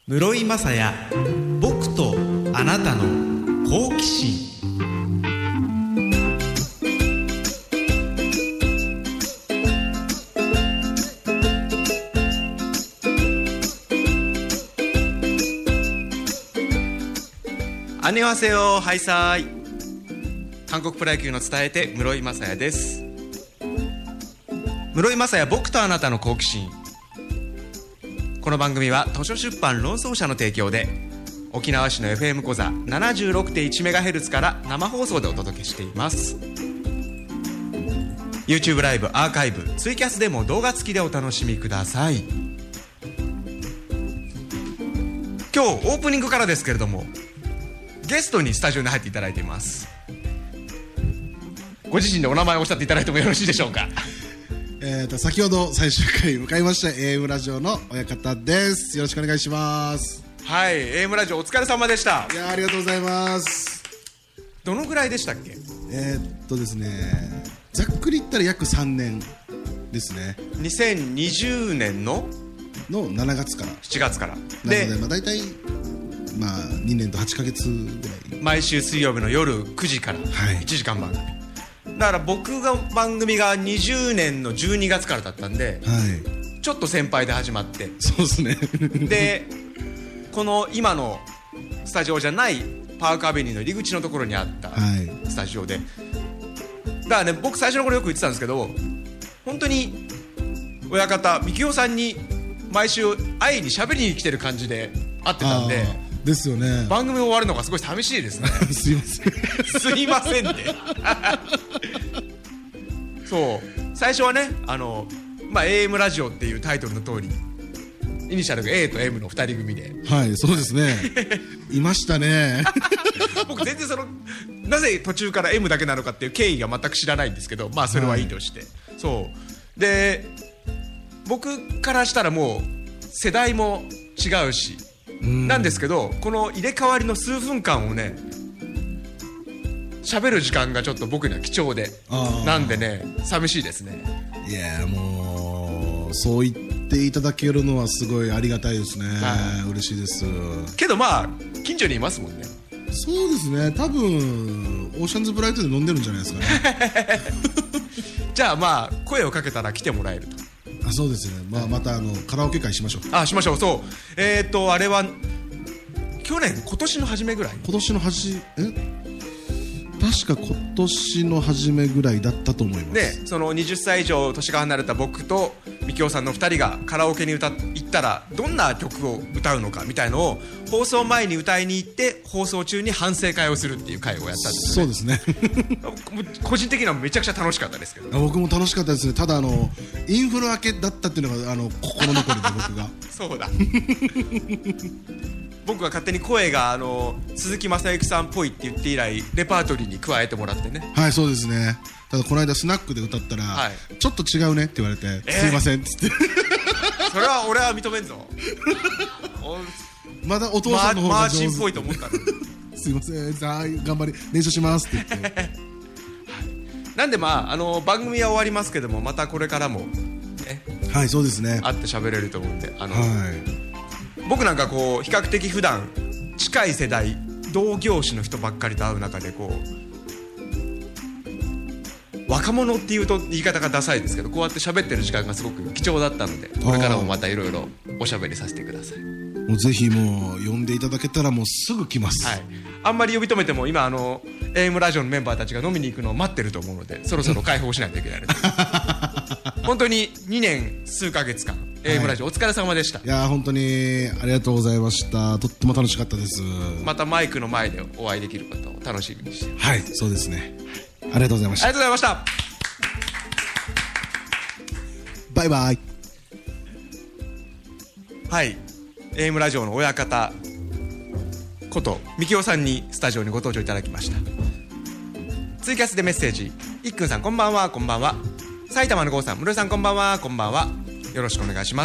室井雅也、僕とあなたの好奇心。アンニョンハセヨ、ハイサイ。韓国プロ野球の伝えて室井雅也です。室井雅也、僕とあなたの好奇心。この番組は図書出版論争者の提供で沖縄市の FM コザ 76.1MHz から生放送でお届けしています。 YouTube ライブ、アーカイブ、ツイキャスでも動画付きでお楽しみください。今日オープニングからですけれども、ゲストにスタジオに入っていただいています。ご自身でお名前をおっしゃっていただいてもよろしいでしょうか。 先ほど最終回向かいました AM ラジオの親方です。よろしくお願いします。 はい、AM ラジオお疲れ様でした。 いや、ありがとうございます。 どのぐらいでしたっけ？ ですね、ざっくり言ったら約3年ですね。 2020年の 7月から 7月からで、大体2年と8ヶ月ぐらい、 毎週水曜日の夜9時から1時間番組、だから僕が番組が20年の12月からだったんで、ちょっと先輩で始まって、 そうですねでこの今のスタジオじゃないパークアベニューの入り口のところにあったスタジオで、だからね、僕最初の頃よく言ってたんですけど、本当に親方みきおさんに毎週会いに喋りに来てる感じで会ってたんで、 ですよね。 番組終わるのがすごい寂しいですねすいませんすいませんってそう最初はね、AM ラジオっていうタイトルの通り、イニシャルが A と M の2人組で、 はい、そうですねいましたね僕全然なぜ途中から M だけなのかっていう経緯が全く知らないんですけど、それはいいとして、そうで、僕からしたらもう世代も違うしなんですけど、この入れ替わりの数分間をね、喋る時間がちょっと僕には貴重で、なんでね、寂しいですね。 いや、もうそう言っていただけるのはすごいありがたいですね。嬉しいです。 けど近所にいますもんね。 そうですね、多分オーシャンズブライトで飲んでるんじゃないですかねじゃあ声をかけたら来てもらえると。 そうですね、またカラオケ会しましょう。 しましょう。そう、あれは今年の初めぐらい、確か今年の初めぐらいだったと思います。 で、その20歳以上年が離れた僕とみきおさんの2人がカラオケに行ったらどんな曲を歌うのかみたいのを放送前に歌いに行って、放送中に反省会をするっていう会をやったんですよね。そうですね個人的にはめちゃくちゃ楽しかったですけど、 僕も楽しかったですね。ただインフル明けだったっていうのが心残りで僕がそうだ僕が勝手に声が鈴木雅之さんっぽいって言って以来レパートリーに加えてもらってね。 はい、そうですね。ただこの間スナックで歌ったら、ちょっと違うねって言われて、すいませんっつってそれは俺は認めんぞまだお父さんの方が上手、 マーチンっぽいと思ったのすいません、頑張り練習しますって言ってなんで番組は終わりますけども、またこれからもはい、そうですね、 会って喋れると思うんで、僕なんか比較的普段近い世代同業種の人ばっかりと会う中で、若者っていうと言い方がダサいですけど、こうやって喋ってる時間がすごく貴重だったので、これからもまたいろいろおしゃべりさせてください。 もうぜひもう呼んでいただけたらもうすぐ来ます。 あんまり呼び止めても今AM ラジオのメンバーたちが飲みに行くのを待ってると思うので、そろそろ解放しないといけない本当に2年数ヶ月間 AM ラジオお疲れ様でした。 いや、本当にありがとうございました。とっても楽しかったです。 またマイクの前でお会いできることを楽しみにしてます。 はい、そうですね。ありがとうございました。 ありがとうございました。 バイバイ。 はい、AM ラジオの親方ことみきおさんにスタジオにご登場いただきました。ツイキャスでメッセージ、いっくんさんこんばんは。こんばんは。埼玉の郷さん、室井さんこんばんは。こんばんは。よろしくお願いします。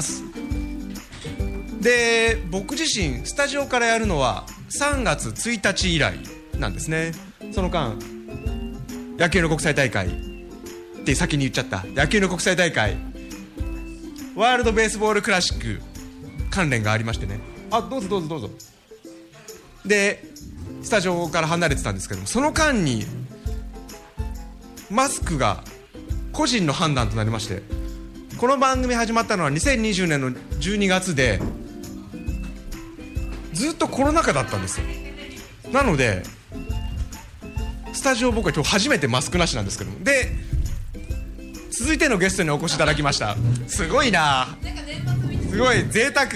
で、僕自身スタジオからやるのは3月1日以来なんですね。その間野球の国際大会って先に言っちゃった、野球の国際大会ワールドベースボールクラシック関連がありましてね、 どうぞどうぞどうぞ。でスタジオから離れてたんですけども、その間にマスクが個人の判断となりまして、この番組始まったのは2020年の12月でずっとコロナ禍だったんですよ。なのでスタジオ、僕は今日初めてマスクなしなんですけども、で続いてのゲストにお越しいただきました。すごいな、すごい贅沢。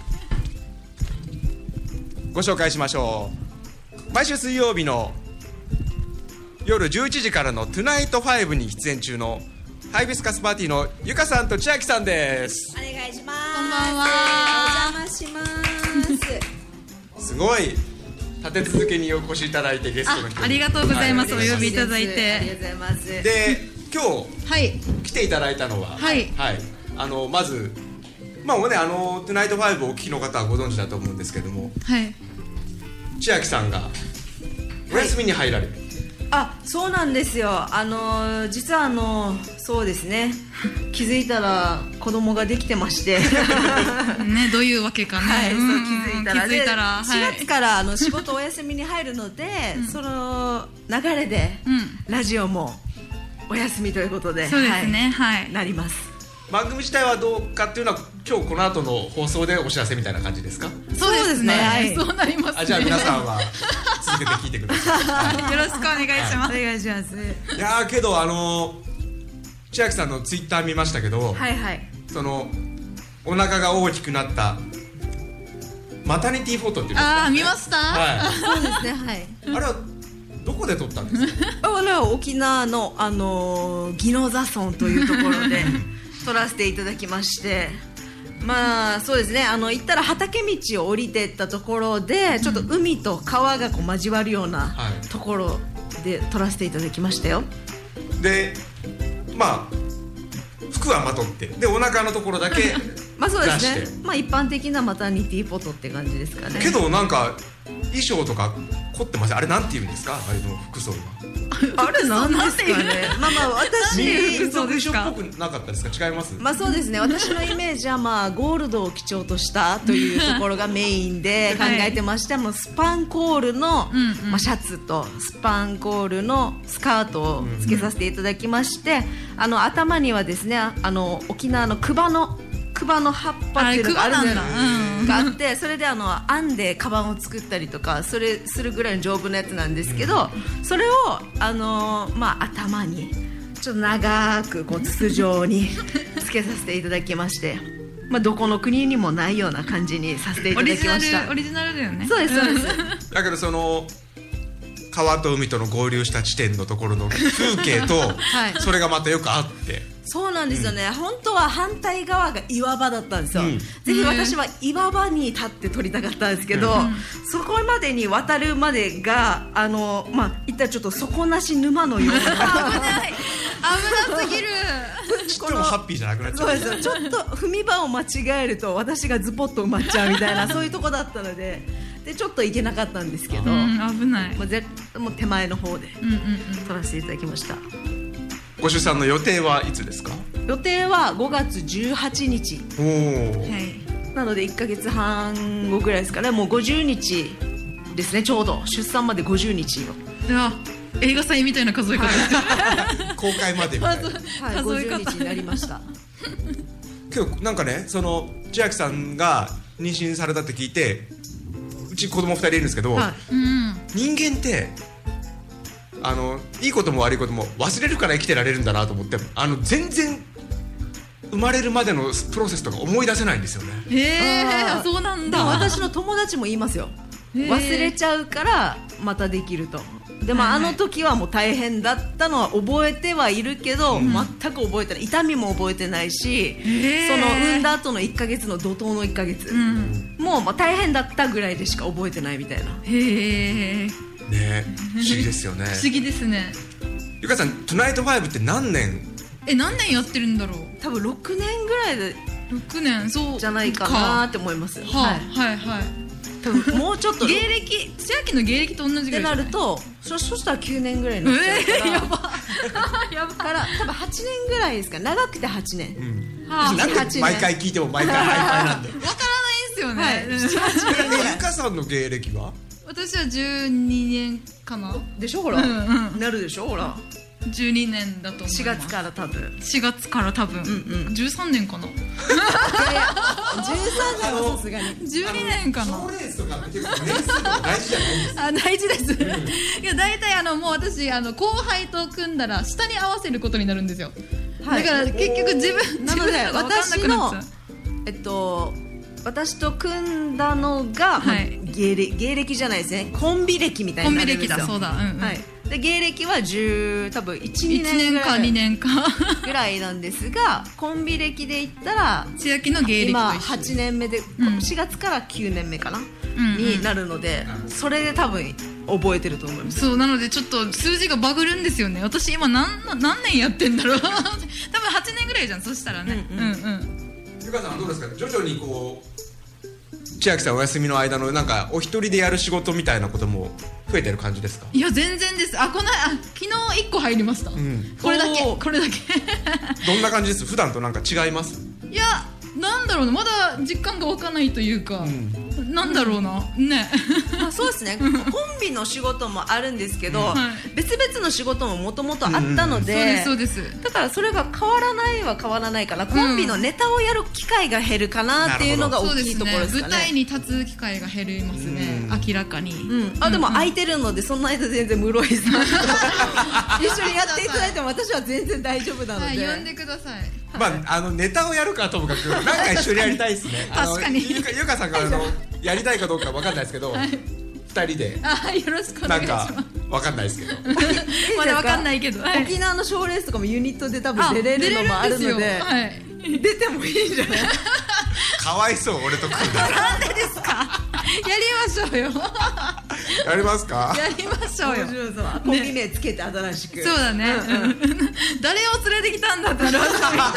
ご紹介しましょう。毎週水曜日の夜11時からのトゥナイト5に出演中のハイビスカスパーティーのゆかさんと千秋さんです。 お願いします。 こんばんは。 お邪魔します。 すごい立て続けにお越しいただいて、ゲストの人にありがとうございます、 はお呼びいただいて。 ありがとうございます。 で今日、 はい、 来ていただいたのは、 はいはい、まずまあね、トゥナイト5をお聞きの方はご存知だと思うんですけども、 はい、 千秋さんがお休みに入られる、 そうなんですよ。実はそうですね、気づいたら子供ができてましてね、どういうわけかね、 はい、そう気づいたら、 気づいたら、 4月から仕事お休みに入るので、その流れで、ラジオもお休みということで、 そうですね、はい、 なります。 番組自体はどうかっていうのは今日この後の放送でお知らせみたいな感じですか？ そうですね、 はい、 そうなりますね。 じゃあ皆さんは続けて聞いてください。 よろしくお願いします。 お願いします。 いやけど千秋さんのツイッター見ましたけど、 はいはい、 そのお腹が大きくなったマタニティフォトっていうんですか、 見ました？ はい、 そうですね、はい。 あれはどこで撮ったんですか？ 沖縄の宜野座村というところで撮らせていただきまして、まあそうですね、行ったら畑道を降りていったところで、ちょっと海と川が交わるようなところで撮らせていただきましたよ。 でまあ服はまとって、でお腹のところだけまあそうですね出して、 まあ一般的なマタニティフォトって感じですかね。 けどなんか衣装とか凝ってます。あれなんて言うんですか？あれの服装はあれなんですかね。まあ私民族衣装っぽくなかったですか？違います？ まあそうですね、私のイメージはゴールドを基調としたというところがメインで考えてまして、もうスパンコールの、シャツとスパンコールのスカートをつけさせていただきまして、頭にはですね、沖縄のクバの葉っぱっていうのがあるんだがあって、それで編んでカバンを作ったりとかそれするぐらいの丈夫なやつなんですけど、それを頭にちょっと長く筒状につけさせていただきまして、どこの国にもないような感じにさせていただきました。 オリジナルだよね。 そうですそうです。 だけどその川と海との合流した地点のところの風景とそれがまたよく合って、 そうなんですよね、本当は反対側が岩場だったんですよ、ぜひ私は岩場に立って撮りたかったんですけど、そこまでに渡るまでが言ったらちょっと底なし沼のような危なすぎるちょっとハッピーじゃなくなっちゃう。 そうですよ、ちょっと踏み場を間違えると私がズポッと埋まっちゃうみたいなそういうとこだったので、ちょっと行けなかったんですけど、 危ない。 もう手前の方で撮らせていただきました。 ご出産の予定はいつですか？ 予定は5月18日。なので1ヶ月半後ぐらいですかね。もう50日ですね、ちょうど出産まで50日の。 映画祭みたいな数え方公開までみたいな、 50日になりました。 けどなんかね、その千秋さんが妊娠されたって聞いて、うち子供2人いるんですけど、人間っていいことも悪いことも忘れるから生きてられるんだなと思って、全然生まれるまでのプロセスとか思い出せないんですよね。 そうなんだ。 私の友達も言いますよ、忘れちゃうからまたできると。でもあの時はもう大変だったのは覚えてはいるけど、全く覚えてない、痛みも覚えてないし、その産んだ後の1ヶ月の怒涛の1ヶ月、もう大変だったぐらいでしか覚えてないみたいな。 ね、不思議ですよね。 不思議ですね。 ゆかさん、トゥナイト5って何年やってるんだろう。 多分6年ぐらいで 6年そうじゃないかなって思いますよ。多分もうちょっと芸歴、千秋の芸歴と同じぐらいってなると、そしたら9年ぐらいになっちゃうから、 やばから多分8年ぐらいですか、長くて8年、 なんで毎回聞いても毎回ハイパイなんでわからないんですですよね、 はい、 うん 7、8年ぐらいゆかさんの芸歴は私は12年かな。 でしょほら、 うんうん、 なるでしょほら 12年だと思います。 4月から多分 4月から多分、13年かな。 いやいや13年はさすがに 12年かな。 賞レースとかって結構年数とか大事じゃないですか。 大事です、いや大体もう私後輩と組んだら下に合わせることになるんですよ、 はい、 だから結局自分なのでが分かんなくなっちゃう。 私と組んだのが、 はい、 芸歴じゃないですね、コンビ歴みたいになるんですよ。 コンビ歴だそうだ、うんうん、 はい、で芸歴は多分1、2 1年か2年かぐらいなんですがコンビ歴で言ったら千秋の芸歴と一緒今8年目で、4月から9年目かな、になるので、それで多分覚えてると思います。 そうなのでちょっと数字がバグるんですよね。私今何年やってんだろう多分8年ぐらいじゃん、そしたらね。 ゆかさんはどうですか、徐々にこう千秋さんお休みの間のなんかお一人でやる仕事みたいなことも増えてる感じですか？ いや全然です。昨日1個入りました、これだけどんな感じです？普段となんか違います？ いやなんだろうな、まだ実感が湧かないというか、なんだろうなねそうですねコンビの仕事もあるんですけど、別々の仕事ももともとあったので、 そうですだからそれが変わらないは変わらないかな、コンビのネタをやる機会が減るかなっていうのが大きいところですかね。 舞台に立つ機会が減りますね、明らかに。 でも空いてるのでその間全然室井さんと一緒にやっていただいても私は全然大丈夫なので、 呼んでください。 ネタをやるかともかくなんか一緒にやりたいですね確かにゆかさんがやりたいかどうかわかんないですけど、2人でよろしくお願いします。 なんかわかんないですけどまだわかんないけど、 沖縄の賞レースとかもユニットで多分出れるのもあるので、出てもいいんじゃない？ かわいそう、俺と組んだら。 なんでですか？やりましょうよ。 やりますか？ やりましょうよ。 コンビ名つけて新しく。 そうだね。誰を連れてきたんだって。なんだ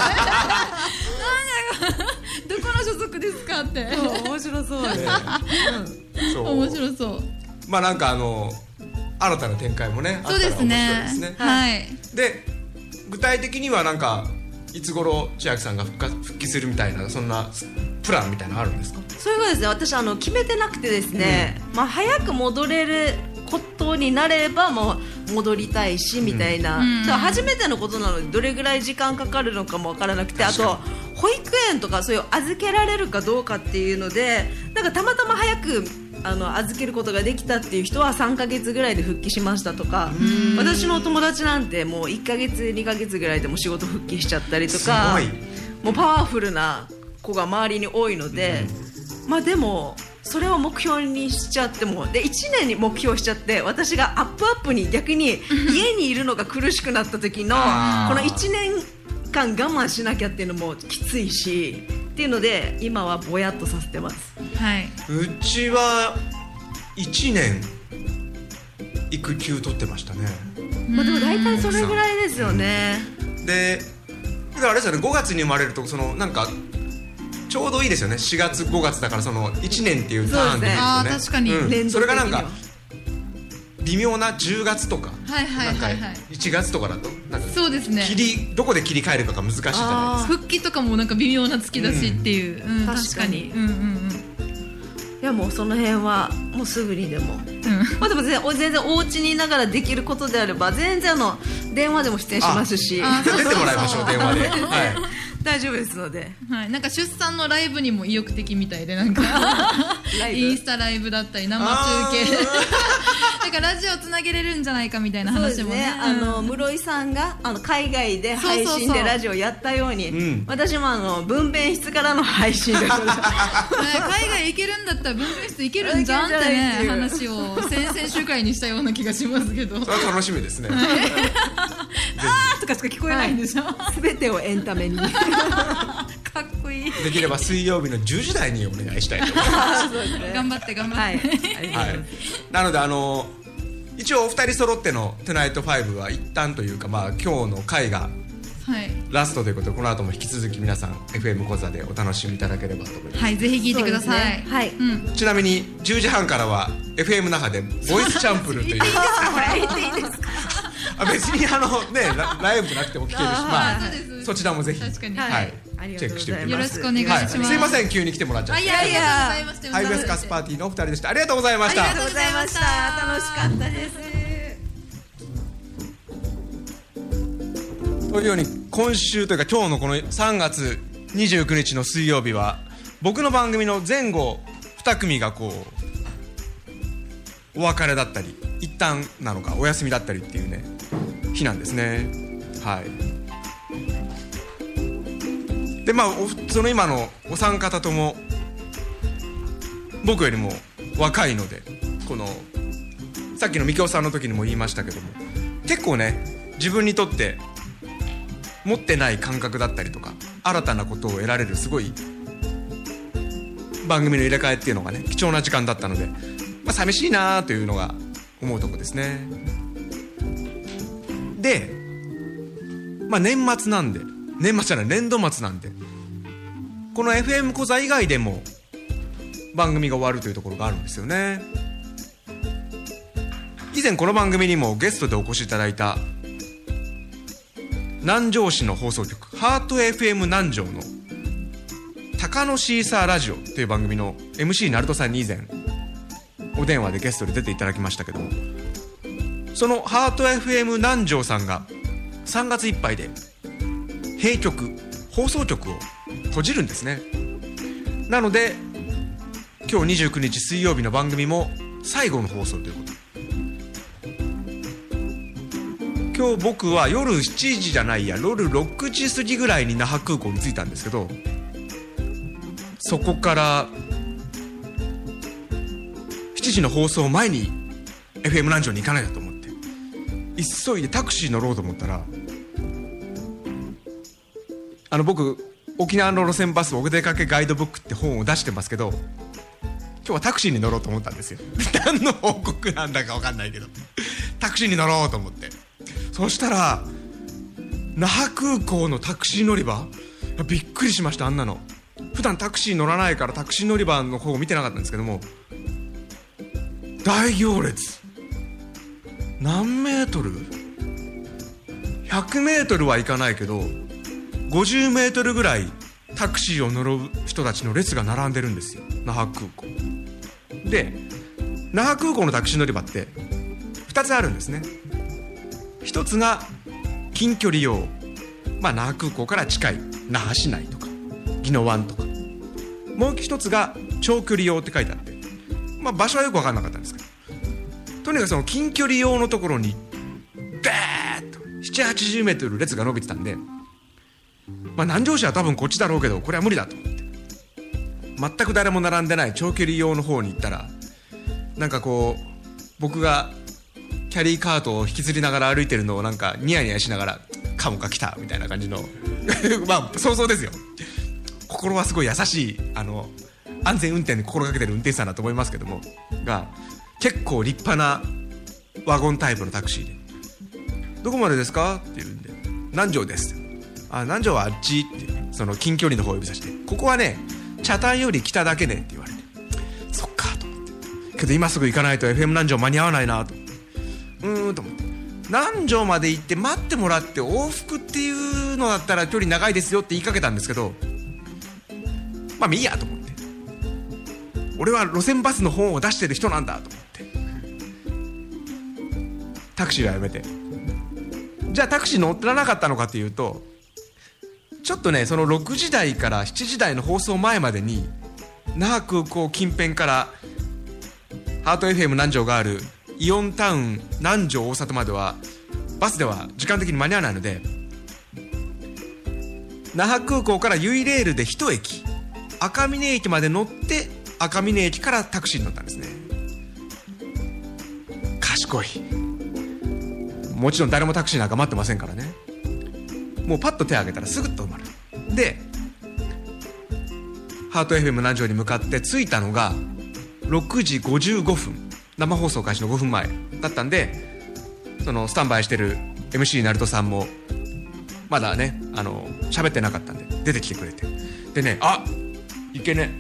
どこの所属ですかって。 面白そうね。 面白そう。 まあなんか新たな展開もね。 そうですね。はい。 で具体的にはなんかいつ頃千秋さんが復帰するみたいなそんなプランみたいなのあるんですか？ それがですね、私決めてなくてですね、早く戻れることになればもう戻りたいしみたいな、初めてのことなのでどれぐらい時間かかるのかもわからなくて、あと保育園とかそういう預けられるかどうかっていうので、なんかたまたま早く預けることができたっていう人は3ヶ月ぐらいで復帰しましたとか、私のお友達なんてもう1ヶ月2ヶ月ぐらいでも仕事復帰しちゃったりとか、もうパワフルな子が周りに多いので、でもそれを目標にしちゃってもで1年に目標しちゃって、私がアップに逆に家にいるのが苦しくなった時のこの1年間我慢しなきゃっていうのもきついしっていうので今はぼやっとさせてます。 はい、 うちは1年育休取ってましたね。 でも大体それぐらいですよね。 であれですよね、5月に生まれるとなんかちょうどいいですよね。4月5月だからその1年っていうターンでいいですよね。 確かに、 それがなんか微妙な10月とか1月とかだとなんかそうですね、 どこで切り替えるかが難しいじゃないですか。 復帰とかもなんか微妙な月だしっていう、確かに。 いやもうその辺はもうすぐにでも、でも全然お家にいながらできることであれば全然電話でも出演しますし、 出てもらいましょう電話で。 大丈夫ですので、 なんか出産のライブにも意欲的みたいで、なんかインスタライブだったり生中継なんかラジオつなげれるんじゃないかみたいな話もね。 室井さんが海外で配信でラジオやったように、私も分娩室からの配信で海外行けるんだったら分娩室行けるんじゃんってね話を先々週くらいにしたような気がしますけど、 それは楽しみですね。 あーとかしか聞こえないんでしょ。 全てをエンタメにかっこいい。 できれば水曜日の10時台にお願いしたいと思います。 頑張って頑張って、 なので一応お二人揃っての「トゥナイト5」は一旦というか、今日の回がラストということで、この後も引き続き皆さん FM 講座でお楽しみいただければと思います。 はい、ぜひ聞いてください。 ちなみに10時半からは FM 那覇でボイスチャンプルという言っていいですか？ 別にねライブじゃなくても聞けるし、まあそちらもぜひ確かに、 はいチェックしてみてください。 よろしくお願いします。 すいません急に来てもらっちゃって。 いやいやハイウエスカスパーティーのお二人でした。ありがとうございました。 ありがとうございました。楽しかったです。 というように今週というか今日のこの3月29日の水曜日は僕の番組の前後2組がこうお別れだったり一旦なのかお休みだったりっていうね日なんですね。はい。でまあその今のお三方とも僕よりも若いので、このさっきのみきおさんの時にも言いましたけども、結構ね自分にとって持ってない感覚だったりとか新たなことを得られるすごい番組の入れ替えっていうのがね貴重な時間だったので、まあ、寂しいなというのが思うとこですね。で、まあ、年度末なんでこの FM コザ以外でも番組が終わるというところがあるんですよね。以前この番組にもゲストでお越しいただいた南城市の放送局ハート FM 南城の高野シーサーラジオという番組の MC ナルトさんに以前お電話でゲストで出ていただきましたけども、そのハート FM 南城さんが3月いっぱいで閉局放送局を閉じるんですね。なので今日29日水曜日の番組も最後の放送ということ。今日僕は夜7時じゃないや夜6時過ぎぐらいに那覇空港に着いたんですけど、そこから7時の放送前に FM 南城に行かないだと思って急いでタクシー乗ろうと思ったら、僕沖縄の路線バスお出かけガイドブックって本を出してますけど、今日はタクシーに乗ろうと思ったんですよ。何の報告なんだか分かんないけどタクシーに乗ろうと思って、そしたら那覇空港のタクシー乗り場びっくりしました。あんなの普段タクシー乗らないからタクシー乗り場の方を見てなかったんですけども、大行列何メートル100メートルはいかないけど50メートルぐらいタクシーを乗る人たちの列が並んでるんですよ、那覇空港で。那覇空港のタクシー乗り場って2つあるんですね。1つが近距離用、那覇空港から近い那覇市内とか宜野湾とか、もう1つが長距離用って書いてあって、場所はよく分からなかったんですけど、とにかくその近距離用のところにガーッと780メートル列が伸びてたんで、南城市は多分こっちだろうけどこれは無理だと思って全く誰も並んでない長距離用の方に行ったら、なんかこう僕がキャリーカートを引きずりながら歩いてるのをなんかニヤニヤしながらカモが来たみたいな感じの想像ですよ。心はすごい優しい安全運転に心がけてる運転手さんだと思いますけども、が結構立派なワゴンタイプのタクシーでどこまでですかって言うんで南城です。南城はあっちってその近距離の方を指さして、ここはね北谷より北だけねって言われて、そっかと思って、けど今すぐ行かないと FM 南城間に合わないなとと思って、南城まで行って待ってもらって往復っていうのだったら距離長いですよって言いかけたんですけど、いいやと思って、俺は路線バスの本を出してる人なんだと思ってタクシーはやめて、じゃあタクシー乗らなかったのかっていうと、ちょっとねその6時台から7時台の放送前までに那覇空港近辺からハート FM 南城があるイオンタウン南城大里まではバスでは時間的に間に合わないので、那覇空港からユイレールで1駅赤峰駅まで乗って赤峰駅からタクシーに乗ったんですね。賢い。もちろん誰もタクシーなんか待ってませんからね。もうパッと手を挙げたらすぐっと止まる。でハート FM 南城に向かって着いたのが6時55分、生放送開始の5分前だったんで、そのスタンバイしてる MC ナルトさんもまだね喋ってなかったんで出てきてくれて、でね、いけね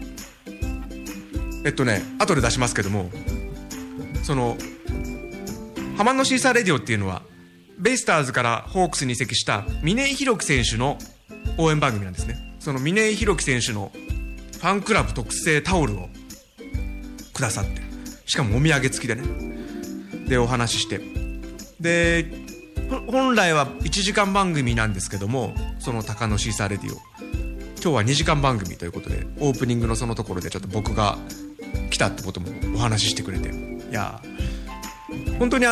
後で出しますけども、そのハマンのシーサーレディオっていうのはベイスターズからホークスに移籍した峰井宏樹選手の応援番組なんですね。その峰井宏樹選手のファンクラブ特製タオルをくださって、しかもお土産付きでね、でお話しして、で本来は1時間番組なんですけども、その高野シーサーレディオ今日は2時間番組ということで、オープニングのそのところでちょっと僕が来たってこともお話ししてくれて、いや本当に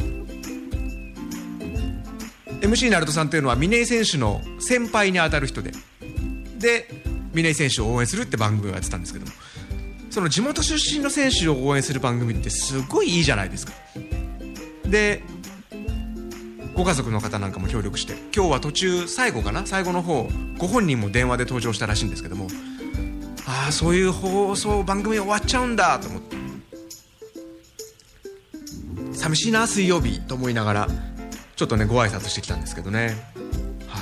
MC ナルトさんというのは峰井選手の先輩に当たる人で峰井選手を応援するって番組をやってたんですけども、その地元出身の選手を応援する番組ってすごいいいじゃないですか。でご家族の方なんかも協力して、今日は途中最後の方ご本人も電話で登場したらしいんですけども、ああそういう放送番組終わっちゃうんだと思って、寂しいな水曜日と思いながらちょっとねご挨拶してきたんですけどね。はい、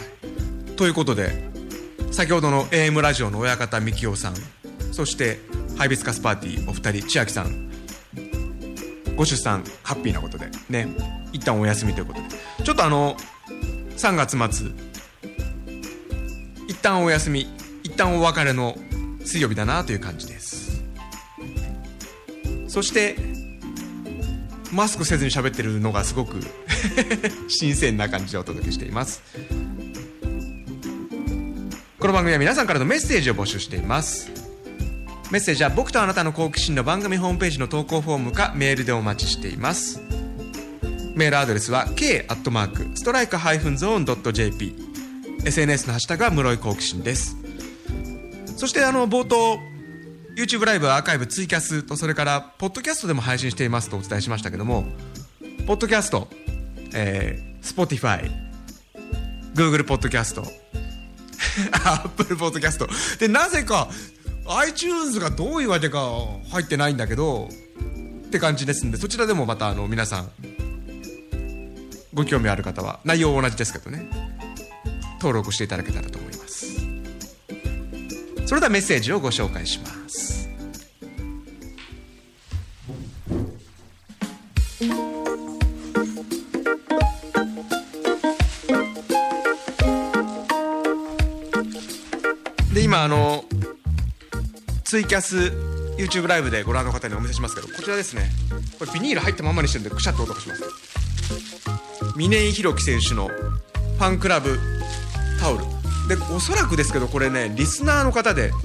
ということで先ほどの AM ラジオの親方みきおさん、そしてハイビスカスパーティーお二人千秋さん、ご出産ハッピーなことでね、一旦お休みということで、ちょっと3月末一旦お休み、一旦お別れの水曜日だなという感じです。そしてマスクせずに喋ってるのがすごく新鮮な感じでお届けしています。この番組は皆さんからのメッセージを募集しています。メッセージは僕とあなたの好奇心の番組ホームページの投稿フォームかメールでお待ちしています。メールアドレスは k@strike-zone.jp、 SNS のハッシュタグは室井好奇心です。そして冒頭 YouTube ライブアーカイブツイキャスと、それからポッドキャストでも配信していますとお伝えしましたけども、ポッドキャスト、Spotify、 Google ポッドキャストApple ポッドキャストで、なぜか iTunes がどういうわけか入ってないんだけどって感じですんで、そちらでもまた皆さんご興味ある方は、内容は同じですけどね、登録していただけたらと思います。それではメッセージをご紹介します。で今ツイキャス YouTube ライブでご覧の方にお見せしますけど、こちらですね、これビニール入ったままにしてるんでくしゃっと音がします。峰井宏樹選手のファンクラブタオルで、おそらくですけどこれねリスナーの方で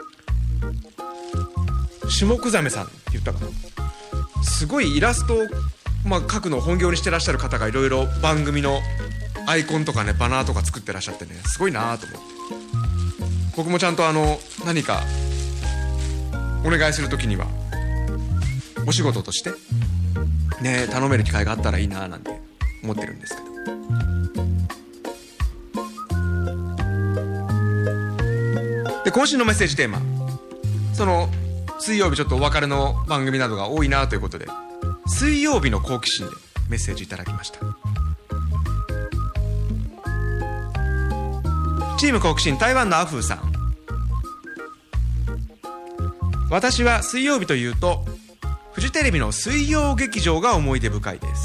下久ザメさんって言ったかな、すごいイラストを、描くのを本業にしてらっしゃる方がいろいろ番組のアイコンとかねバナーとか作ってらっしゃってね、すごいなと思って、僕もちゃんと何かお願いするときにはお仕事としてね頼める機会があったらいいななんて思ってるんですけど、で今週のメッセージテーマ、その水曜日ちょっとお別れの番組などが多いなということで、水曜日の好奇心でメッセージいただきました。チーム好奇心台湾のアフーさん、私は水曜日というとフジテレビの水曜劇場が思い出深いです。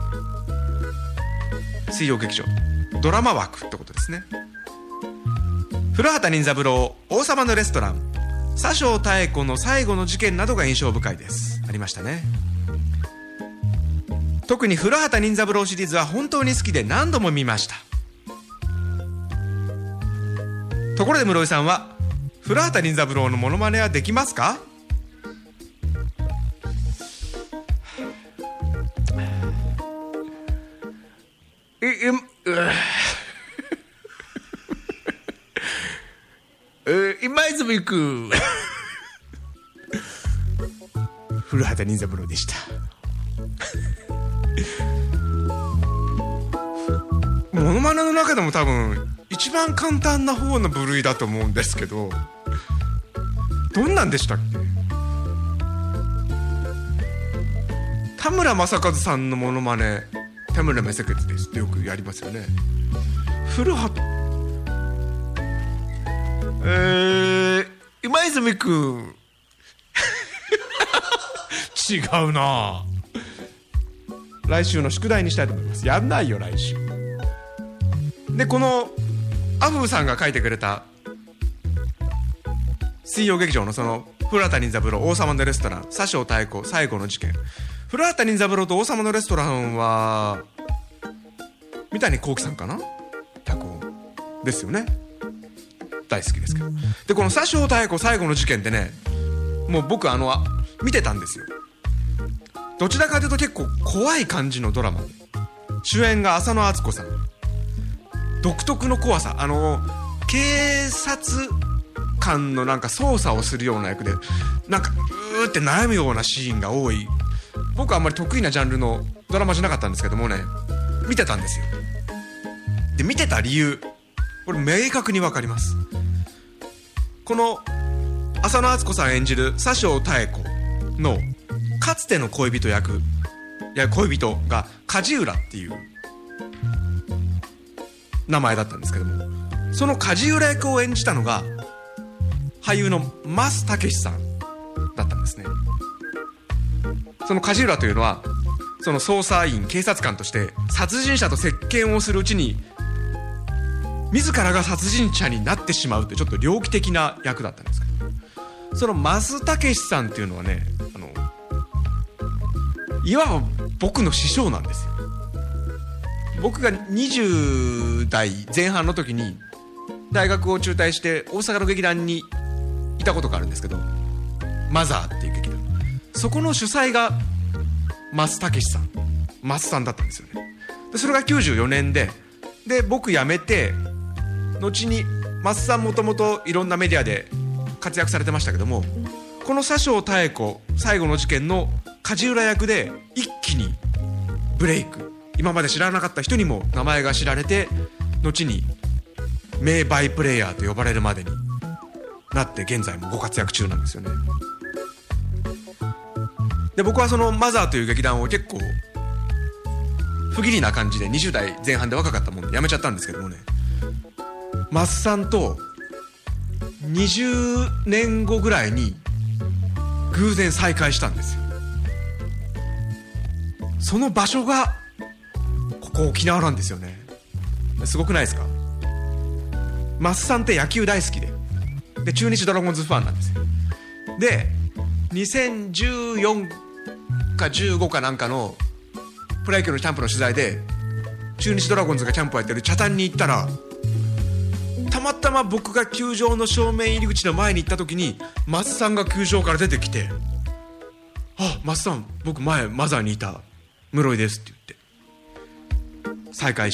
水曜劇場ドラマ枠ってことですね。古畑任三郎、王様のレストラン、佐生妙子の最後の事件などが印象深いです。ありましたね。特に古畑任三郎シリーズは本当に好きで何度も見ました。ところで室井さんは古畑任三郎のモノマネはできますか？今泉君古畑任三郎でしたモノマネの中でも多分一番簡単な方の部類だと思うんですけど、どんなんでしたっけ？田村正和さんのモノマネ、田村正和ですってよくやりますよね。古畑今泉くん違うな、 来週の宿題にしたいと思います。やんないよ来週。でこのアフーさんが書いてくれた水曜劇場のその古畑任三郎王様のレストラン佐生妙子最後の事件。古畑任三郎と王様のレストランは三谷幸喜さんかな、脚本ですよね。大好きですけど。でこの佐生妙子最後の事件ってね、もう僕見てたんですよ。どちらかというと結構怖い感じのドラマ。主演が浅野温子さん。独特の怖さ、警察官のなんか捜査をするような役で、なんかうーって悩むようなシーンが多い。僕はあんまり得意なジャンルのドラマじゃなかったんですけどもね、見てたんですよ。で見てた理由、これ明確に分かります。この浅野温子さん演じる佐生妙子のかつての恋人が梶浦っていう名前だったんですけども、その梶浦役を演じたのが俳優の増武さんだったんですね。その梶浦というのはその捜査員警察官として殺人者と接見をするうちに自らが殺人者になってしまうというちょっと猟奇的な役だったんですけど、その増武さんっていうのはね、いわば僕の師匠なんですよ。僕が20代前半の時に大学を中退して大阪の劇団にいたことがあるんですけど、マザーっていう劇団、そこの主催が増武さん、増さんだったんですよね。でそれが94年で僕辞めて、後に増さんもともといろんなメディアで活躍されてましたけども、この佐生妙子最後の事件の梶浦役で一気にブレイク、今まで知らなかった人にも名前が知られて、後に名バイプレイヤーと呼ばれるまでになって現在もご活躍中なんですよね。で僕はそのマザーという劇団を結構不義理な感じで20代前半で若かったもんで辞めちゃったんですけどもね、マスさんと20年後ぐらいに偶然再会したんですよ。その場所がここ沖縄なんですよね。すごくないですか。マスさんって野球大好きで中日ドラゴンズファンなんですよ。で2014か15かなんかのプロ野球のキャンプの取材で中日ドラゴンズがキャンプをやってる北谷に行ったら、たまたま僕が球場の正面入り口の前に行った時にマスさんが球場から出てきて、あ、マスさん僕前マザーにいた室井ですって言って再会して、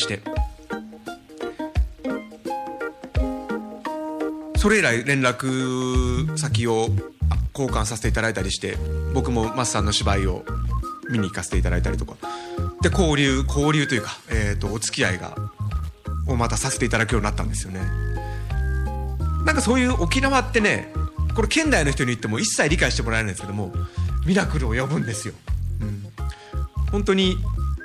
それ以来連絡先を交換させていただいたりして、僕もマスさんの芝居を見に行かせていただいたりとかで交流というか、お付き合いをまたさせていただくようになったんですよね。なんかそういう沖縄ってね、これ県内の人に言っても一切理解してもらえないんですけども、ミラクルを呼ぶんですよ、本当に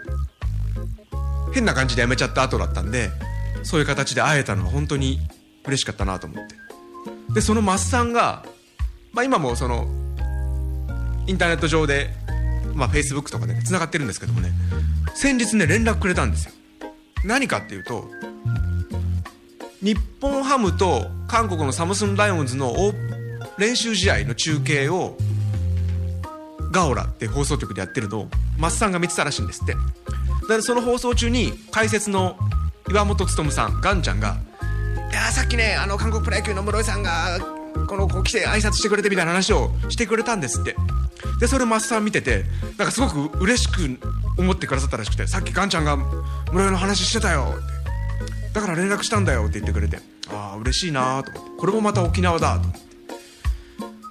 変な感じで辞めちゃった後だったんで、そういう形で会えたのは本当に嬉しかったなと思って。でそのマスさんが、今もそのインターネット上でFacebook とかでつながってるんですけどもね、先日ね連絡くれたんですよ。何かっていうと、日本ハムと韓国のサムスンライオンズの練習試合の中継をガオラって放送局でやってるのをマスさんが見てたらしいんですって。でその放送中に解説の岩本勉さん、ガンちゃんが、いやさっきね韓国プロ野球の室井さんがこ来て挨拶してくれてみたいな話をしてくれたんですって。でそれマスさん見てて、なんかすごく嬉しく思ってくださったらしくて、さっきガンちゃんが室井の話してたよって、だから連絡したんだよって言ってくれて、ああ嬉しいなと思って、これもまた沖縄だと思って、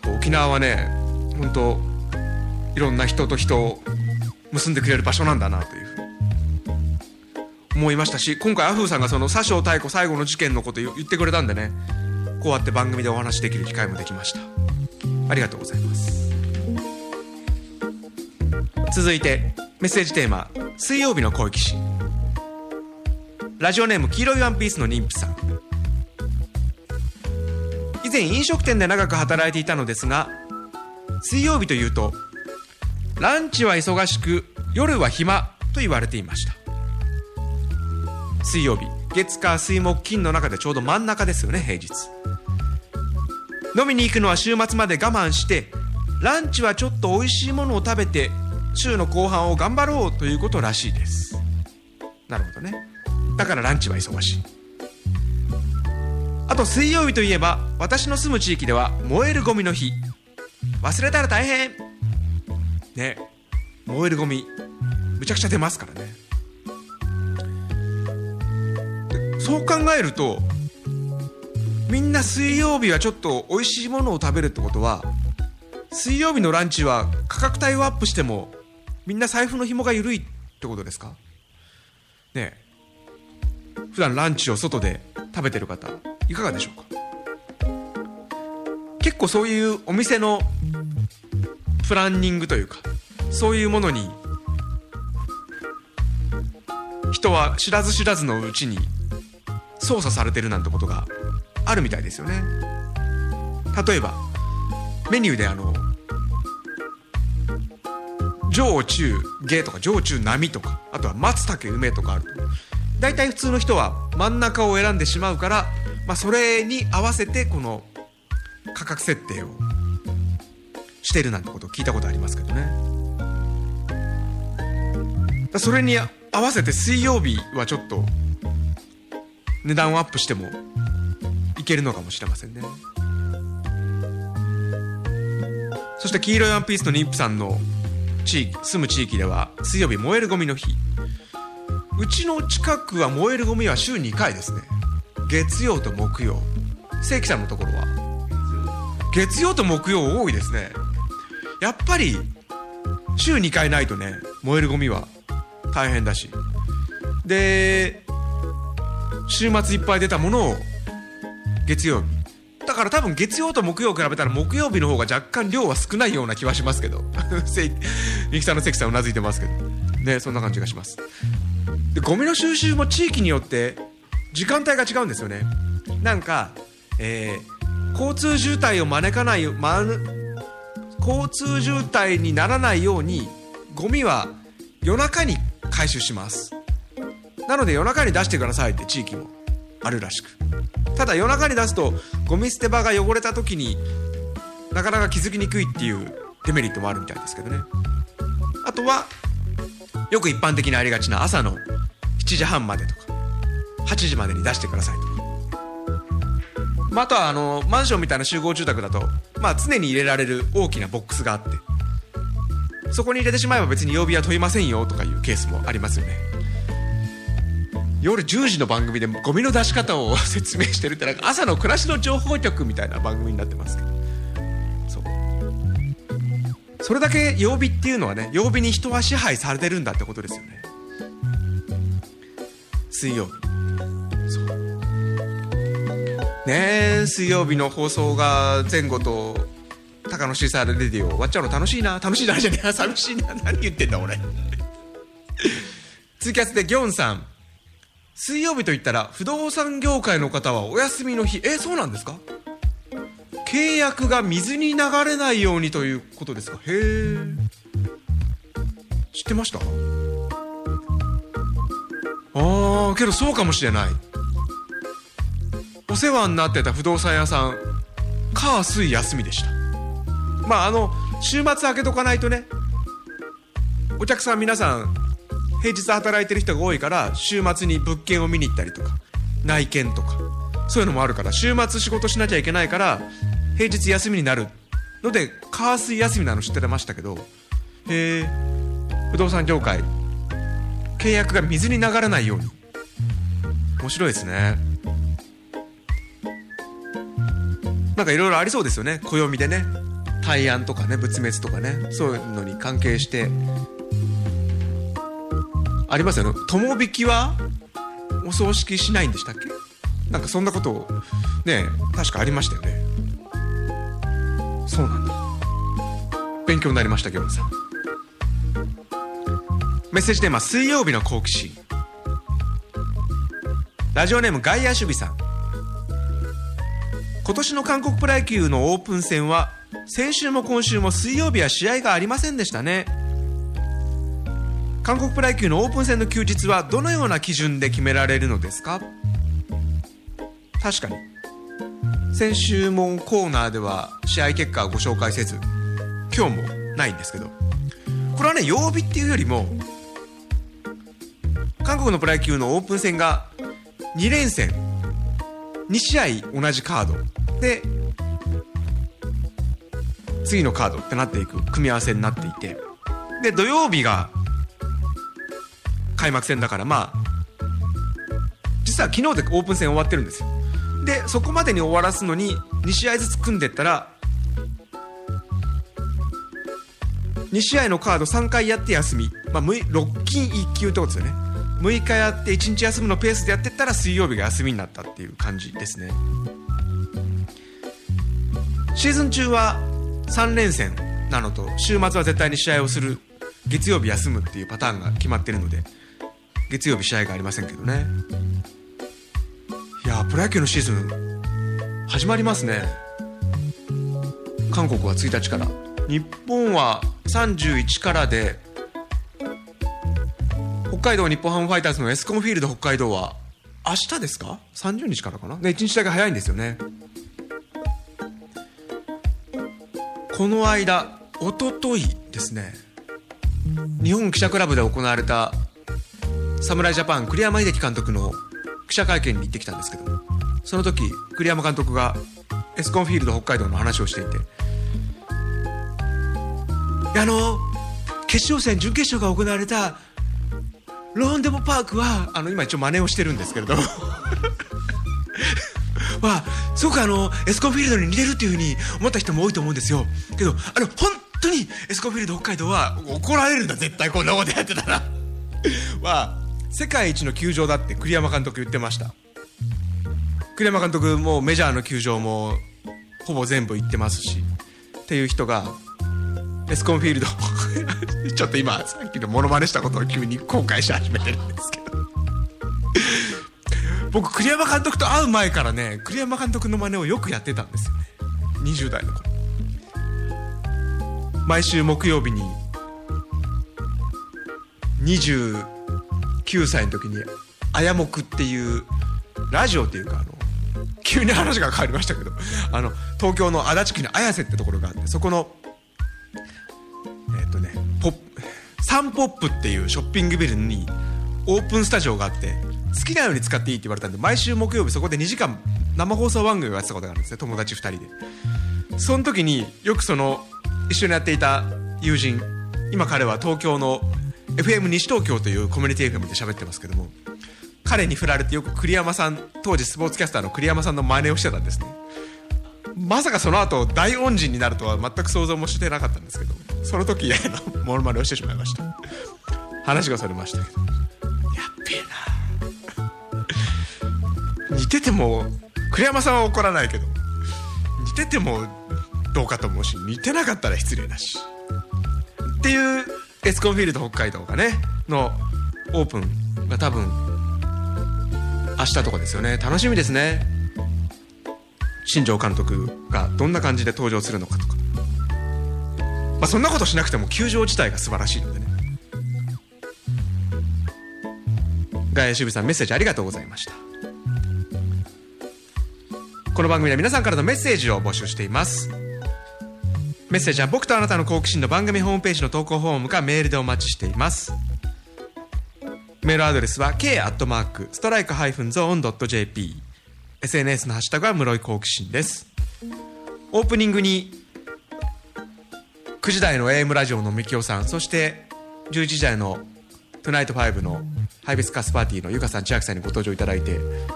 沖縄はね本当いろんな人と人を結んでくれる場所なんだなというふうに思いましたし、今回アフーさんがその佐生妙子最後の事件のことを言ってくれたんでね、こうやって番組でお話しできる機会もできました。ありがとうございます。続いてメッセージテーマ、水曜日の恋騎士。ラジオネーム黄色いワンピースの妊婦さん。以前飲食店で長く働いていたのですが、水曜日というとランチは忙しく夜は暇と言われていました。水曜日、月火水木金の中でちょうど真ん中ですよね、平日。飲みに行くのは週末まで我慢して、ランチはちょっと美味しいものを食べて週の後半を頑張ろうということらしいです。なるほどね。だからランチは忙しい。あと水曜日といえば、私の住む地域では燃えるゴミの日。忘れたら大変ね。燃えるゴミむちゃくちゃ出ますからね。そう考えると、みんな水曜日はちょっと美味しいものを食べるってことは、水曜日のランチは価格帯をアップしてもみんな財布の紐が緩いってことですかね。普段ランチを外で食べてる方いかがでしょうか。結構そういうお店のプランニングというか、そういうものに人は知らず知らずのうちに操作されてるなんてことがあるみたいですよね。例えばメニューで上中下とか上中並とか、あとは松茸梅とかあると、だいたい普通の人は真ん中を選んでしまうから、それに合わせてこの価格設定をしてるなんてことを聞いたことありますけどね。それに合わせて水曜日はちょっと値段をアップしてもいけるのかもしれませんね。そして黄色いワンピースの妊婦さんの住む地域では水曜日燃えるゴミの日。うちの近くは燃えるゴミは週2回ですね。月曜と木曜。正規さんのところは月曜と木曜多いですね。やっぱり週2回ないとね、燃えるゴミは大変だし、で週末いっぱい出たものを月曜日だから、多分月曜と木曜を比べたら木曜日の方が若干量は少ないような気はしますけどみきさんの関さんうなずいてますけどね、そんな感じがします。でゴミの収集も地域によって時間帯が違うんですよね。なんか、交通渋滞を招かない交通渋滞にならないようにゴミは夜中に回収します。なので夜中に出してくださいって地域もあるらしく、ただ夜中に出すとゴミ捨て場が汚れた時になかなか気づきにくいっていうデメリットもあるみたいですけどね。あとはよく一般的にありがちな朝の7時半までとか8時までに出してくださいとか、あとはマンションみたいな集合住宅だと、常に入れられる大きなボックスがあって、そこに入れてしまえば別に曜日は問いませんよとかいうケースもありますよね。夜10時の番組でゴミの出し方を説明してるって、なんか朝の暮らしの情報局みたいな番組になってますけど、それだけ曜日っていうのはね、曜日に人は支配されてるんだってことですよね。水曜日、水曜日の放送が前後と高野シーサーレディオ終わっちゃうの楽しいな、楽しいなじゃねえ、寂しいな、何言ってんだ俺ツイキャスでギョンさん、水曜日といったら不動産業界の方はお休みの日。そうなんですか。契約が水に流れないようにということですか。へえ、知ってました？けどそうかもしれない。お世話になってた不動産屋さん、火水休みでした。週末開けとかないとね、お客さん皆さん平日働いてる人が多いから、週末に物件を見に行ったりとか内見とかそういうのもあるから、週末仕事しなきゃいけないから平日休みになるので火水休みなの知ってましたけど、不動産業界契約が水に流れないように。面白いですね。なんかいろいろありそうですよね。暦でね、大安とかね、仏滅とかね、そういうのに関係してありますよね。友引きはお葬式しないんでしたっけ。なんかそんなことね、確かありましたよね。そうなんだ、勉強になりました。ギョンさん、メッセージテーマ、水曜日の好奇心。ラジオネーム外野守備さん、今年の韓国プロ野球のオープン戦は先週も今週も水曜日は試合がありませんでしたね。 韓国プロ野球のオープン戦の休日はどのような基準で決められるのですか？確かに先週もコーナーでは試合結果をご紹介せず、今日もないんですけど、これはね、曜日っていうよりも韓国のプロ野球のオープン戦が2連戦2試合同じカードで次のカードってなっていく組み合わせになっていて、で土曜日が開幕戦だから、まあ実は昨日でオープン戦終わってるんですよ。でそこまでに終わらすのに2試合ずつ組んでったら、2試合のカード3回やって休み、6金1休ってことですよね。6日やって1日休むのペースでやってったら水曜日が休みになったっていう感じですね。シーズン中は3連戦なのと、週末は絶対に試合をする、月曜日休むっていうパターンが決まってるので、月曜日試合がありませんけどね。いやー、プロ野球のシーズン始まりますね。韓国は1日から、日本は31からで、北海道日本ハムファイターズのエスコンフィールド北海道は明日ですか、30日からかな、1日だけ早いんですよね。この間、おとといですね、日本記者クラブで行われた侍ジャパン栗山英樹監督の記者会見に行ってきたんですけど、その時栗山監督がエスコンフィールド北海道の話をしていて、決勝戦準決勝が行われたローンデポパークは、今一応真似をしてるんですけれどすごくエスコンフィールドに似てるっていう風に思った人も多いと思うんですよ。けど本当にエスコンフィールド北海道は怒られるんだ、絶対こんなことやってたら世界一の球場だって栗山監督言ってました。栗山監督もメジャーの球場もほぼ全部行ってますしっていう人がエスコンフィールドちょっと今さっきのモノマネしたことを急に後悔し始めてるんですけど僕栗山監督と会う前からね、栗山監督の真似をよくやってたんですよね。20代の頃、毎週木曜日に29歳の時にあやもくっていうラジオっていうか、急に話が変わりましたけど、東京の足立区に綾瀬ってところがあって、そこのサンポップっていうショッピングビルにオープンスタジオがあって、好きなように使っていいって言われたんで、毎週木曜日そこで2時間生放送番組をやってたことがあるんですね、友達2人で。その時によく一緒にやっていた友人、今彼は東京の FM 西東京というコミュニティ FM で喋ってますけども、彼に振られてよく栗山さん、当時スポーツキャスターの栗山さんの真似をしてたんですね。まさかその後大恩人になるとは全く想像もしてなかったんですけど、その時モノマネをしてしまいました。話がそれましたけど、やっべえな似てても栗山さんは怒らないけど、似ててもどうかと思うし、似てなかったら失礼だしっていうエスコンフィールド北海道がねのオープンが多分明日とかですよね。楽しみですね。新庄監督がどんな感じで登場するのかとか、そんなことしなくても球場自体が素晴らしいのでね。外野守備さん、メッセージありがとうございました。この番組では皆さんからのメッセージを募集しています。メッセージは僕とあなたの好奇心の番組ホームページの投稿フォームかメールでお待ちしています。メールアドレスは k@strike-zone.jp、 SNS のハッシュタグは室井好奇心です。オープニングに9時台の AM ラジオのみきおさん、そして11時台のトゥナイト5のハイビスカスパーティーのゆかさん、千秋さんにご登場いただいて、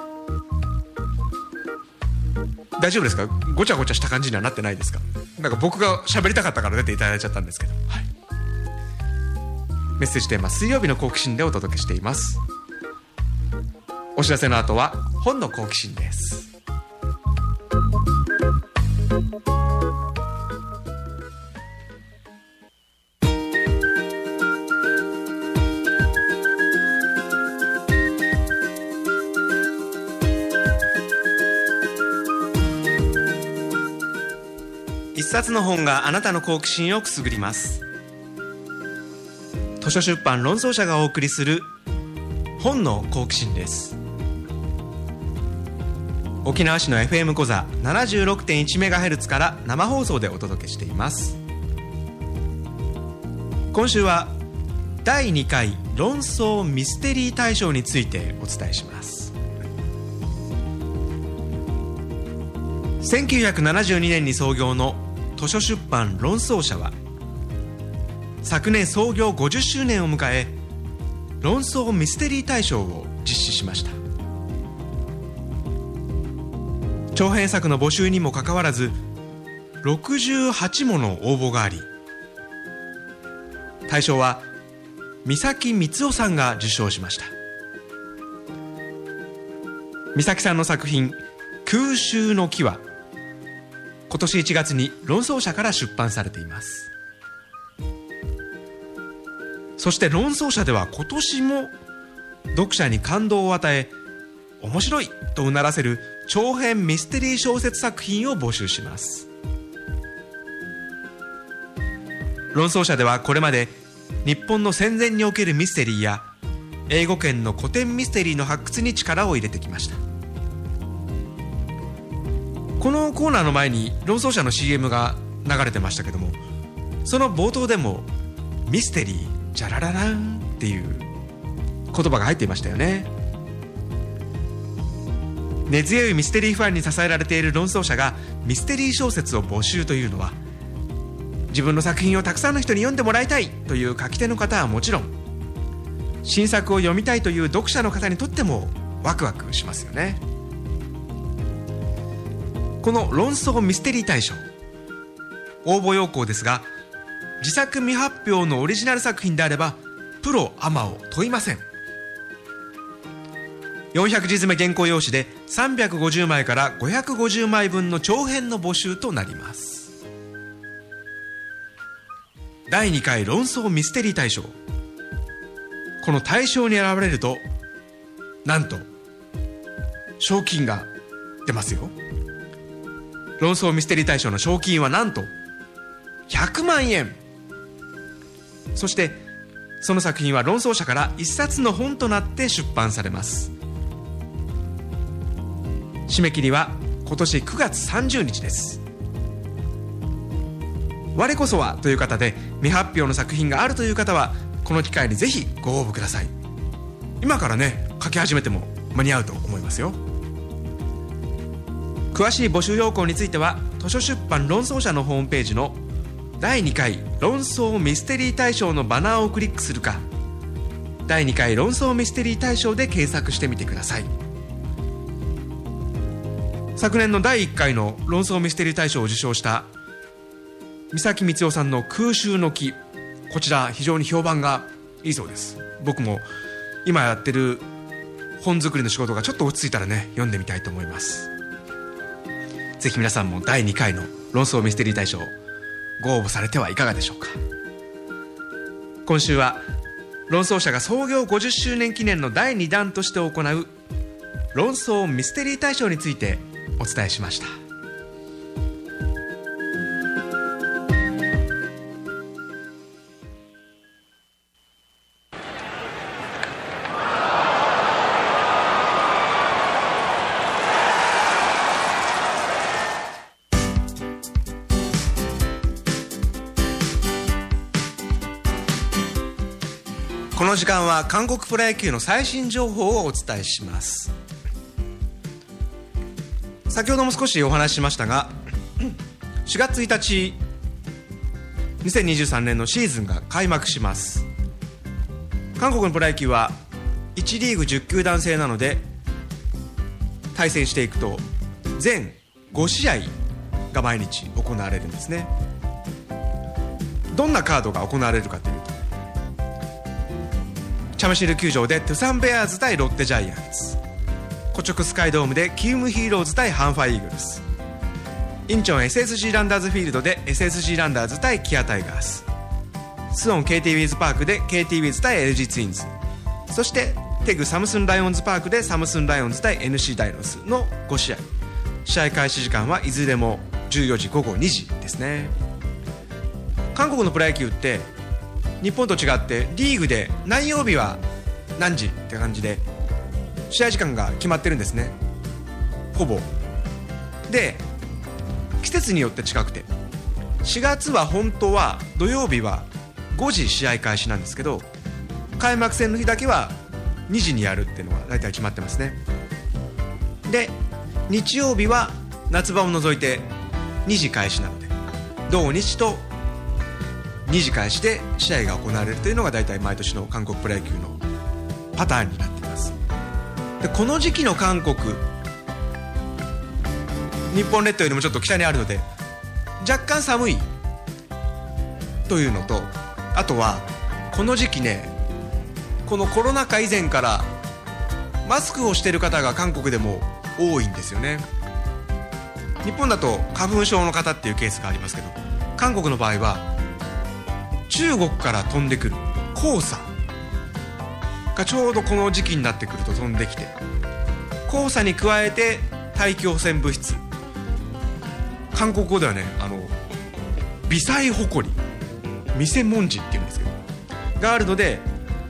大丈夫ですか？ごちゃごちゃした感じにはなってないですか？なんか僕が喋りたかったから出ていただいちゃったんですけど、はい、メッセージテーマ、水曜日の好奇心でお届けしています。お知らせの後は本の好奇心です。一冊の本があなたの好奇心をくすぐります。 図書出版論争者がお送りする本の好奇心です。沖縄市の FM コザ 76.1MHz から生放送でお届けしています。今週は第2回論争ミステリー大賞についてお伝えします。1972年に創業の図書出版論争者は昨年創業50周年を迎え、論争ミステリー大賞を実施しました。長編作の募集にもかかわらず68もの応募があり、大賞は三崎光雄さんが受賞しました。三崎さんの作品空襲の木は今年1月に論争者から出版されています。そして論争者では今年も読者に感動を与え、面白いとうならせる長編ミステリー小説作品を募集します。論争者ではこれまで日本の戦前におけるミステリーや英語圏の古典ミステリーの発掘に力を入れてきました。このコーナーの前に論争者の CM が流れてましたけども、その冒頭でもミステリージャララランっていう言葉が入っていましたよね。根強いミステリーファンに支えられている論争者がミステリー小説を募集というのは、自分の作品をたくさんの人に読んでもらいたいという書き手の方はもちろん、新作を読みたいという読者の方にとってもワクワクしますよね。この論争ミステリー大賞、応募要項ですが、自作未発表のオリジナル作品であればプロアマを問いません。400字詰め原稿用紙で350枚から550枚分の長編の募集となります。第2回論争ミステリー大賞、この大賞に選ばれるとなんと賞金が出ますよ。論争ミステリー大賞の賞金はなんと100万円。そしてその作品は論争者から一冊の本となって出版されます。締め切りは今年9月30日です。我こそはという方で未発表の作品があるという方はこの機会にぜひご応募ください。今からね書き始めても間に合うと思いますよ。詳しい募集要項については図書出版論争者のホームページの第2回論争ミステリー大賞のバナーをクリックするか、第2回論争ミステリー大賞で検索してみてください。昨年の第1回の論争ミステリー大賞を受賞した三崎光雄さんの空襲の木、こちら非常に評判がいいそうです。僕も今やってる本作りの仕事がちょっと落ち着いたらね読んでみたいと思います。ぜひ皆さんも第2回の論争ミステリー大賞ご応募されてはいかがでしょうか。今週は論争者が創業50周年記念の第2弾として行う論争ミステリー大賞についてお伝えしました。この時間は韓国プロ野球の最新情報をお伝えします。先ほども少しお話ししましたが、4月1日2023年のシーズンが開幕します。韓国のプロ野球は1リーグ10球団制なので、対戦していくと全5試合が毎日行われるんですね。どんなカードが行われるかというと、チャムシル球場でトゥサンベアーズ対ロッテジャイアンツ、コチョクスカイドームでキウムヒーローズ対ハンファイーグルス、インチョン SSG ランダーズフィールドで SSG ランダーズ対キアタイガース、スオン KT ウィズパークで KT ウィズ対 LG ツインズ、そしてテグサムスンライオンズパークでサムスンライオンズ対 NC ダイノスの5試合。試合開始時間はいずれも14時午後2時ですね。韓国のプロ野球って日本と違ってリーグで何曜日は何時って感じで試合時間が決まってるんですね、ほぼ。で季節によって違くて、4月は本当は土曜日は5時試合開始なんですけど、開幕戦の日だけは2時にやるっていうのが大体決まってますね。で日曜日は夏場を除いて2時開始なので、同日と2時開始で試合が行われるというのが大体毎年の韓国プロ野球のパターンになっています。でこの時期の韓国、日本列島よりもちょっと北にあるので若干寒いというのと、あとはこの時期ね、このコロナ禍以前からマスクをしている方が韓国でも多いんですよね。日本だと花粉症の方っていうケースがありますけど、韓国の場合は中国から飛んでくる黄砂がちょうどこの時期になってくると飛んできて、黄砂に加えて大気汚染物質、韓国語ではね微細ホコリ、ミセモンジっていうんですけどがあるので、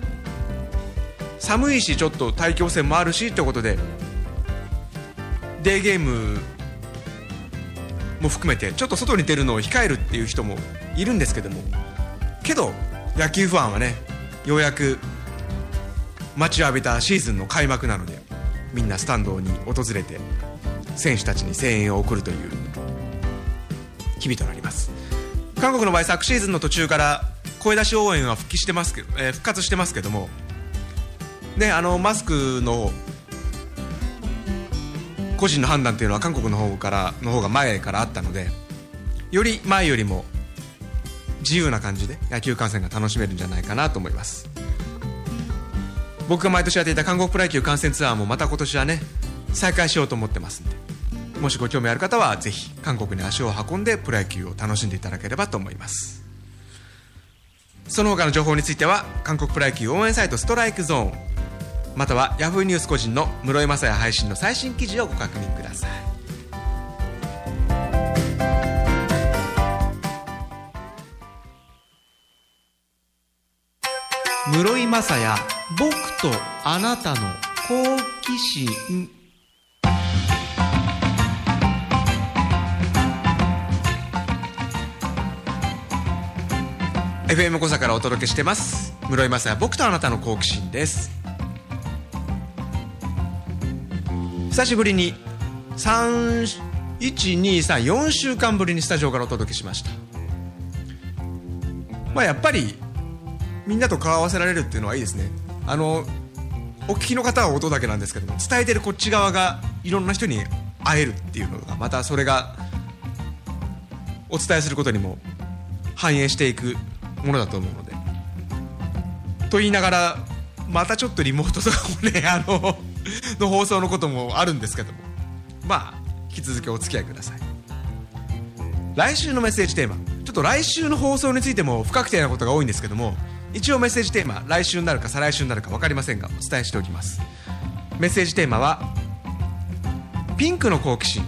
寒いしちょっと大気汚染もあるしってことでデーゲームも含めてちょっと外に出るのを控えるっていう人もいるんですけども、けど野球ファンはね、ようやく待ちわびたシーズンの開幕なので、みんなスタンドに訪れて選手たちに声援を送るという日々となります。韓国の場合、昨シーズンの途中から声出し応援は復活してますけどもね、マスクの個人の判断っていうのは韓国の方が前からあったので、より前よりも自由な感じで野球観戦が楽しめるんじゃないかなと思います。僕が毎年やっていた韓国プロ野球観戦ツアーもまた今年はね再開しようと思ってますんで、もしご興味ある方はぜひ韓国に足を運んでプロ野球を楽しんでいただければと思います。その他の情報については韓国プロ野球応援サイトストライクゾーン、またはヤフーニュース個人の室井雅也配信の最新記事をご確認ください。室井雅也、僕とあなたの好奇心。FM 小坂からお届けしてます室井雅也、僕とあなたの好奇心です。久しぶりに4週間ぶりにスタジオからお届けしました。やっぱりみんなと顔合わせられるっていうのはいいですね。お聞きの方は音だけなんですけども、伝えてるこっち側がいろんな人に会えるっていうのが、またそれがお伝えすることにも反映していくものだと思うので、と言いながらまたちょっとリモートとかもねの放送のこともあるんですけども、引き続きお付き合いください。来週のメッセージテーマ、ちょっと来週の放送についても不確定なことが多いんですけども、一応メッセージテーマ、来週になるか再来週になるか分かりませんがお伝えしておきます。メッセージテーマはピンクの好奇心。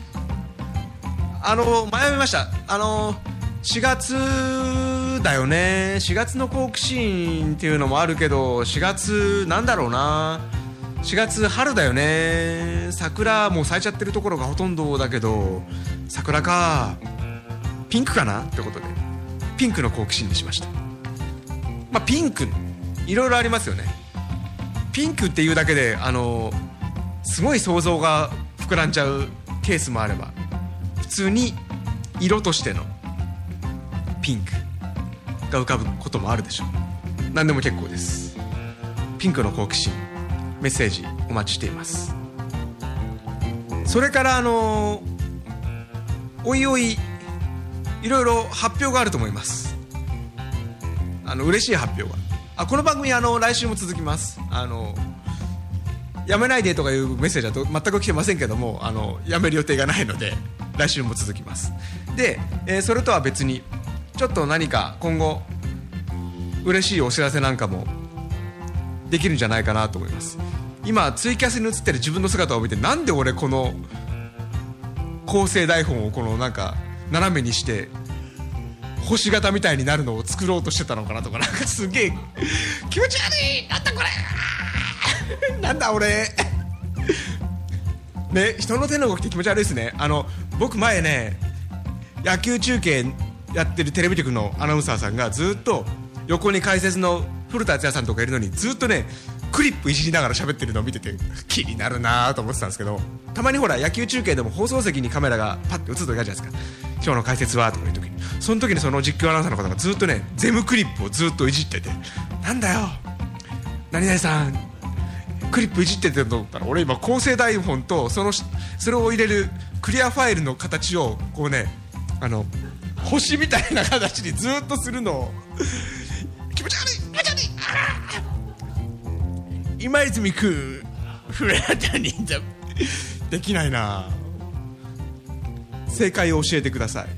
迷いました。4月だよね、4月の好奇心っていうのもあるけど、4月なんだろうな、4月春だよね、桜もう咲いちゃってるところがほとんどだけど桜かピンクかなってことでピンクの好奇心にしました。ピンクいろいろありますよね。ピンクっていうだけですごい想像が膨らんじゃうケースもあれば、普通に色としてのピンクが浮かぶこともあるでしょう。何でも結構です。ピンクの好奇心、メッセージお待ちしています。それからおいおいいろいろ発表があると思います。嬉しい発表がこの番組来週も続きます。やめないでとかいうメッセージは全く来てませんけども、やめる予定がないので来週も続きます。で、それとは別にちょっと何か今後嬉しいお知らせなんかもできるんじゃないかなと思います。今ツイキャスに映ってる自分の姿を見て、なんで俺この構成台本をなんか斜めにして星型みたいになるのを作ろうとしてたのかなとか、なんかすげえ気持ち悪い、なんだこれなんだ俺ね、人の手の動きって気持ち悪いですね。僕前ね、野球中継やってるテレビ局のアナウンサーさんがずっと横に解説の古田敦也さんとかいるのにずっとねクリップいじりながら喋ってるのを見てて気になるなと思ってたんですけど、たまにほら野球中継でも放送席にカメラがパッて映る時あるじゃないですか。今日の解説はとかいう時に、その時にその実況アナウンサーの方がずっとねゼムクリップをずっといじってて、なんだよ何々さんクリップいじっててと思ったら、俺今構成台本とそれを入れるクリアファイルの形をこうね星みたいな形にずっとするのを気持ち悪い気持ち悪い、今泉くんフラタにできないな。正解を教えてください。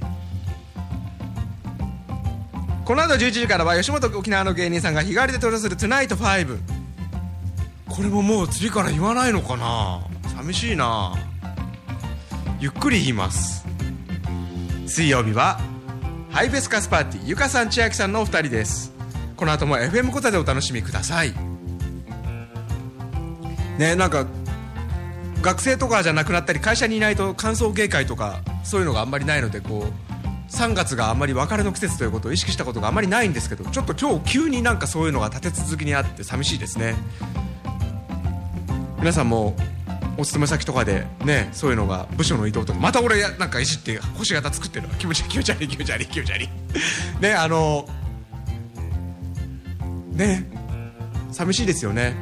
この後11時からは吉本沖縄の芸人さんが日替わりで登場するトゥナイト5。これももう次から言わないのかな、寂しいな。ゆっくり言います。水曜日はハイベスカスパーティー、ゆかさん千秋さんのお二人です。この後も FM コザでお楽しみくださいね。なんか学生とかじゃなくなったり会社にいないと歓送迎会とかそういうのがあんまりないので、こう3月があんまり別れの季節ということを意識したことがあんまりないんですけど、ちょっと今日急になんかそういうのが立て続けにあって寂しいですね。皆さんもお勤め先とかでね、そういうのが部署の移動とか、また俺なんかいじって星型作ってるの気持ち悪い気持ち悪い気持ち悪い気持ち悪いね、ね、寂しいですよね。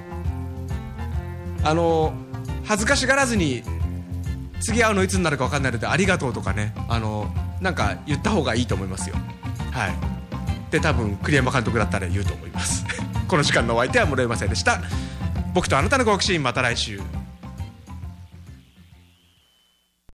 恥ずかしがらずに次会うのいつになるか分かんないのでありがとうとかね、なんか言った方がいいと思いますよ。はい。で多分栗山監督だったら言うと思いますこの時間のお相手は室山さんでした。僕とあなたの好奇心、また来週。